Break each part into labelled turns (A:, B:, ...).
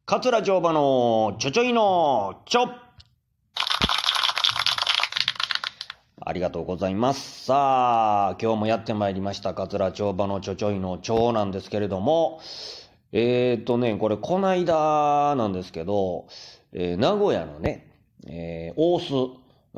A: 桂乗馬のちょちょいのちょ。ありがとうございます。さあ、今日もやってまいりました桂乗馬のちょちょいのちょなんですけれども、これこないだなんですけど、名古屋のね、大須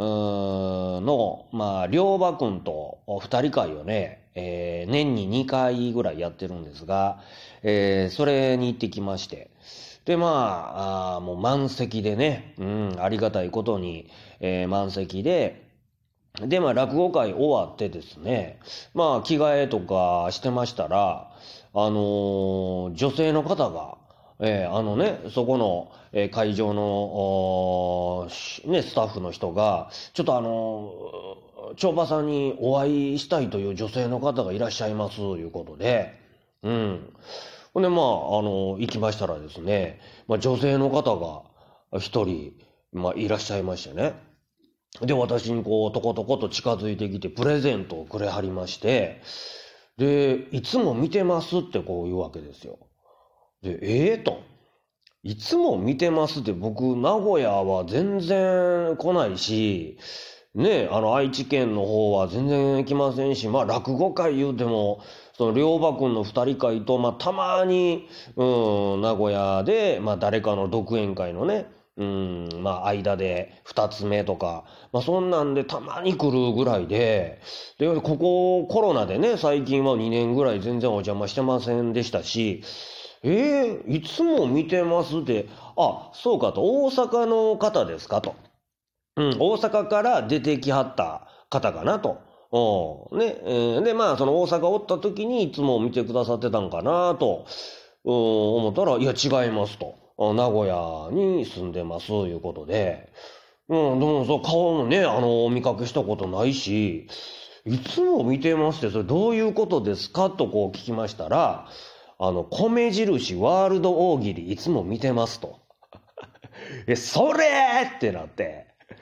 A: の良馬くんと二人会をね、年に2回ぐらいやってるんですが、それに行ってきまして、でもう満席でね、ありがたいことに、満席で、落語会終わってですね、着替えとかしてましたら、女性の方が、そこの、会場の、スタッフの人が、ちょっと長馬さんにお会いしたいという女性の方がいらっしゃいます、ということで、ほんで、行きましたらですね、女性の方が一人、いらっしゃいましてね。で、私にとことこと近づいてきて、プレゼントをくれはりまして、で、いつも見てますって言うわけですよ。で、と。いつも見てますって、僕、名古屋は全然来ないし、ね、愛知県の方は全然来ませんし、落語会言うても、その、良馬くんの二人会と、たまに、名古屋で、誰かの独演会のね、間で二つ目とか、そんなんでたまに来るぐらいで、ここコロナでね、最近は2年ぐらい全然お邪魔してませんでしたし、いつも見てますって、そうかと、大阪の方ですかと。大阪から出てきはった方かなと。で、その大阪おった時にいつも見てくださってたんかなと、思ったら、いや違いますと。名古屋に住んでます、いうことで。でもそう、顔もね、お見かけしたことないし、いつも見てますって、それどういうことですかと聞きましたら、米印ワールド大喜利いつも見てますと。それーってなって、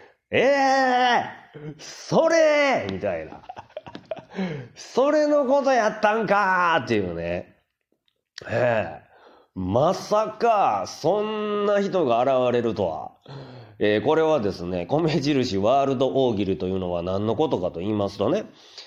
A: それーみたいな。それのことやったんかーっていうね。まさか、そんな人が現れるとは。これはですね、米印ワールド大喜利というのは何のことかと言いますとね、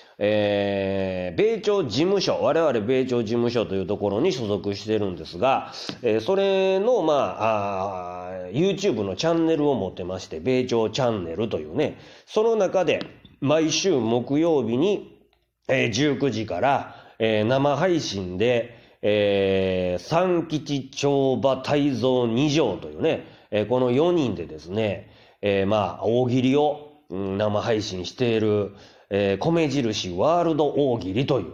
A: 米朝事務所、我々米朝事務所というところに所属してるんですが、それの、YouTube のチャンネルを持ってまして、米朝チャンネルというね、その中で毎週木曜日に、19時から、生配信で、三吉長馬泰造二条というね、この4人でですね、大喜利を、生配信している、米印ワールド大喜利という、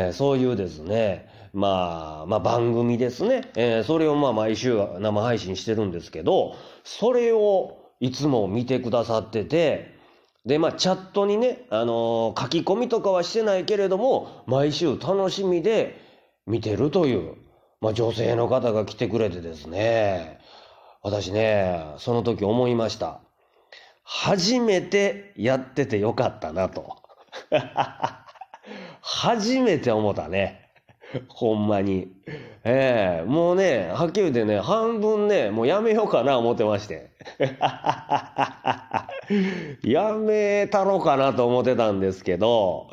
A: そういうですね、番組ですね。それを毎週生配信してるんですけど、それをいつも見てくださってて、で、チャットにね、書き込みとかはしてないけれども、毎週楽しみで見てるという、女性の方が来てくれてですね、私ね、その時思いました。初めてやっててよかったなと。初めて思ったね。ほんまに。もうね、はっきり言ってね、半分ね、もうやめようかな思ってまして。やめたろかなと思ってたんですけど、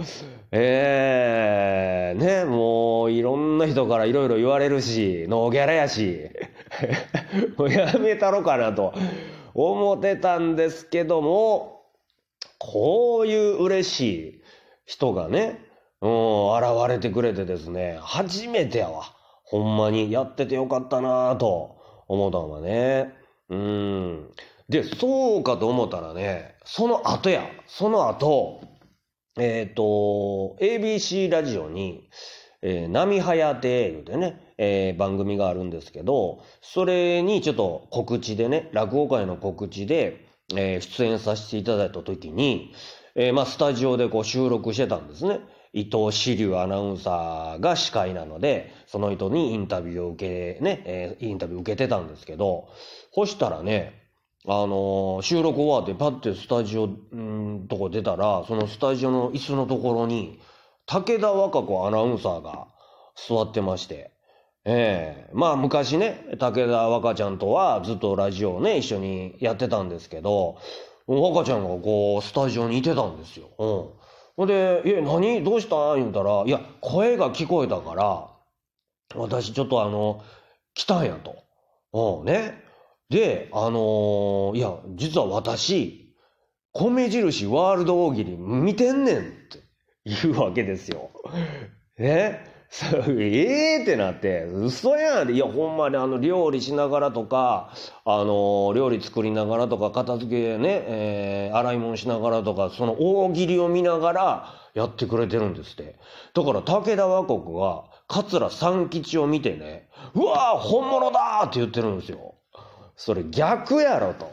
A: もういろんな人からいろいろ言われるし、ノーギャラやし、もうやめたろかなと思ってたんですけども、こういう嬉しい人がね、現れてくれてですね、初めてやわ。ほんまにやっててよかったなぁと思ったのはね。で、そうかと思ったらね、その後、ABC ラジオに、波はやて言うてね、番組があるんですけど、それにちょっと告知でね、落語会の告知で、出演させていただいた時に、スタジオで収録してたんですね。伊藤志龍アナウンサーが司会なので、その人にインタビューを受けてたんですけど、そしたらね、収録終わってパッてスタジオとこ出たら、そのスタジオの椅子のところに武田和歌子アナウンサーが座ってまして、 まあ昔ね、武田若ちゃんとはずっとラジオをね、一緒にやってたんですけど、若ちゃんがこう、スタジオにいてたんですよ。ほんで、何どうした言うたら、いや、声が聞こえたから、私ちょっと来たんやと。ね。で、いや、実は私、米印ワールド大喜利見てんねんって言うわけですよ。ね。ってなって、嘘やん。いや、ほんまに料理しながらとか、料理作りながらとか、片付けね、洗い物しながらとか、その大喜利を見ながらやってくれてるんですって。だから、武田和国が、桂三吉を見てね、うわー本物だーって言ってるんですよ。それ逆やろと。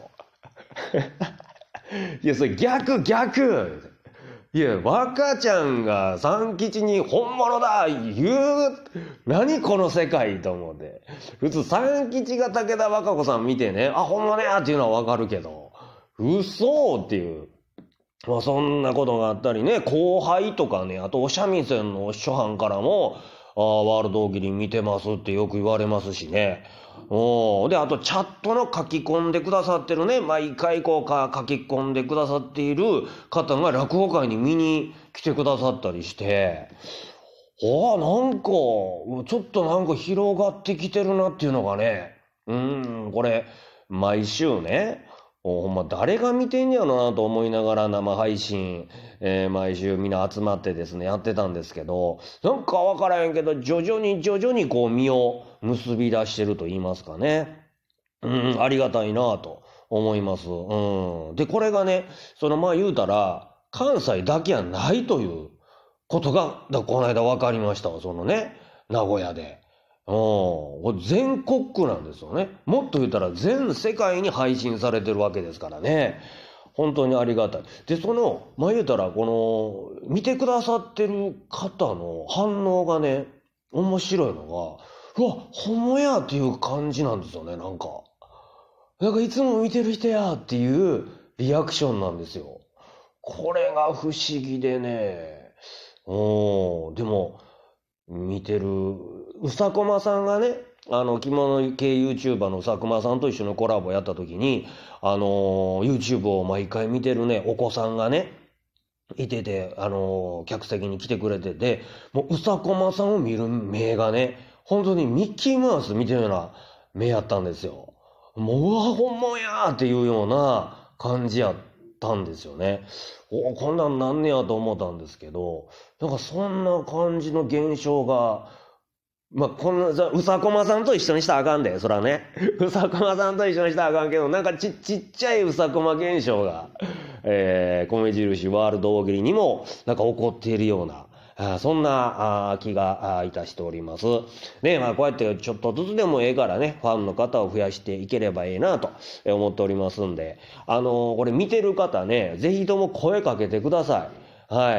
A: いや、それ逆。いや、若ちゃんが三吉に本物だ言う、何この世界と思って。普通三吉が武田若子さん見てね、あ、本物やっていうのはわかるけど、嘘っていう。まあそんなことがあったりね、後輩とかね、あとお三味線の初版からも、ワールド大喜利見てますってよく言われますしね。で、あとチャットの書き込んでくださってるね、毎回こう書き込んでくださっている方が落語会に見に来てくださったりして、なんか、ちょっとなんか広がってきてるなっていうのがね、これ、毎週ね、ほんま誰が見てんやろなと思いながら生配信、毎週みんな集まってですね、やってたんですけど、なんかわからへんけど、徐々にこう身を結び出してると言いますかね。ありがたいなと思います。で、これがね、まあ言うたら、関西だけやないということが、この間分かりましたわ、名古屋で。全国区なんですよね。もっと言ったら全世界に配信されてるわけですからね。本当にありがたい。で、まあ言うたら、見てくださってる方の反応がね、面白いのが、うわ、ほんまやっていう感じなんですよね、なんかいつも見てる人やっていうリアクションなんですよ。これが不思議でね。でも、見てる、うさこまさんがね、着物系 YouTuber のうさこまさんと一緒のコラボやった時に、YouTube を毎回見てるね、お子さんがね、いてて、客席に来てくれてて、もううさこまさんを見る目がね、本当にミッキーマウス見てるような目やったんですよ。もう、うわ、本物やーっていうような感じやったんですよね。こんなんなんねやと思ったんですけど、なんかそんな感じの現象が、まあ、うさこまさんと一緒にしたらあかんで、そらね。うさこまさんと一緒にしたらあかんけど、なんかちっちゃいうさこま現象が、米印ワールド大喜利にも、なんか起こっているような、そんな気がいたしております。ね、まあこうやってちょっとずつでもええからね、ファンの方を増やしていければええなと思っておりますんで、これ見てる方ね、ぜひとも声かけてください。はい、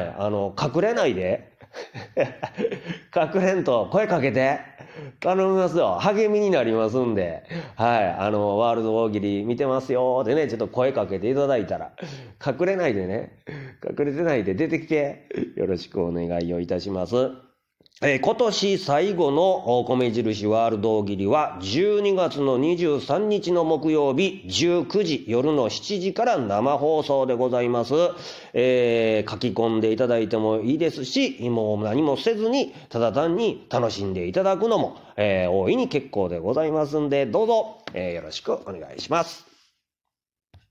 A: 隠れないで。隠れんと声かけて。頼みますよ。励みになりますんで。はい。ワールド大喜利見てますよってね、ちょっと声かけていただいたら。隠れないでね。隠れてないで出てきて。よろしくお願いをいたします。今年最後の米印ワールド大喜利は12月の23日の木曜日19時夜の7時から生放送でございます。書き込んでいただいてもいいですし、もう何もせずにただ単に楽しんでいただくのも、大いに結構でございますんで、どうぞ、よろしくお願いします。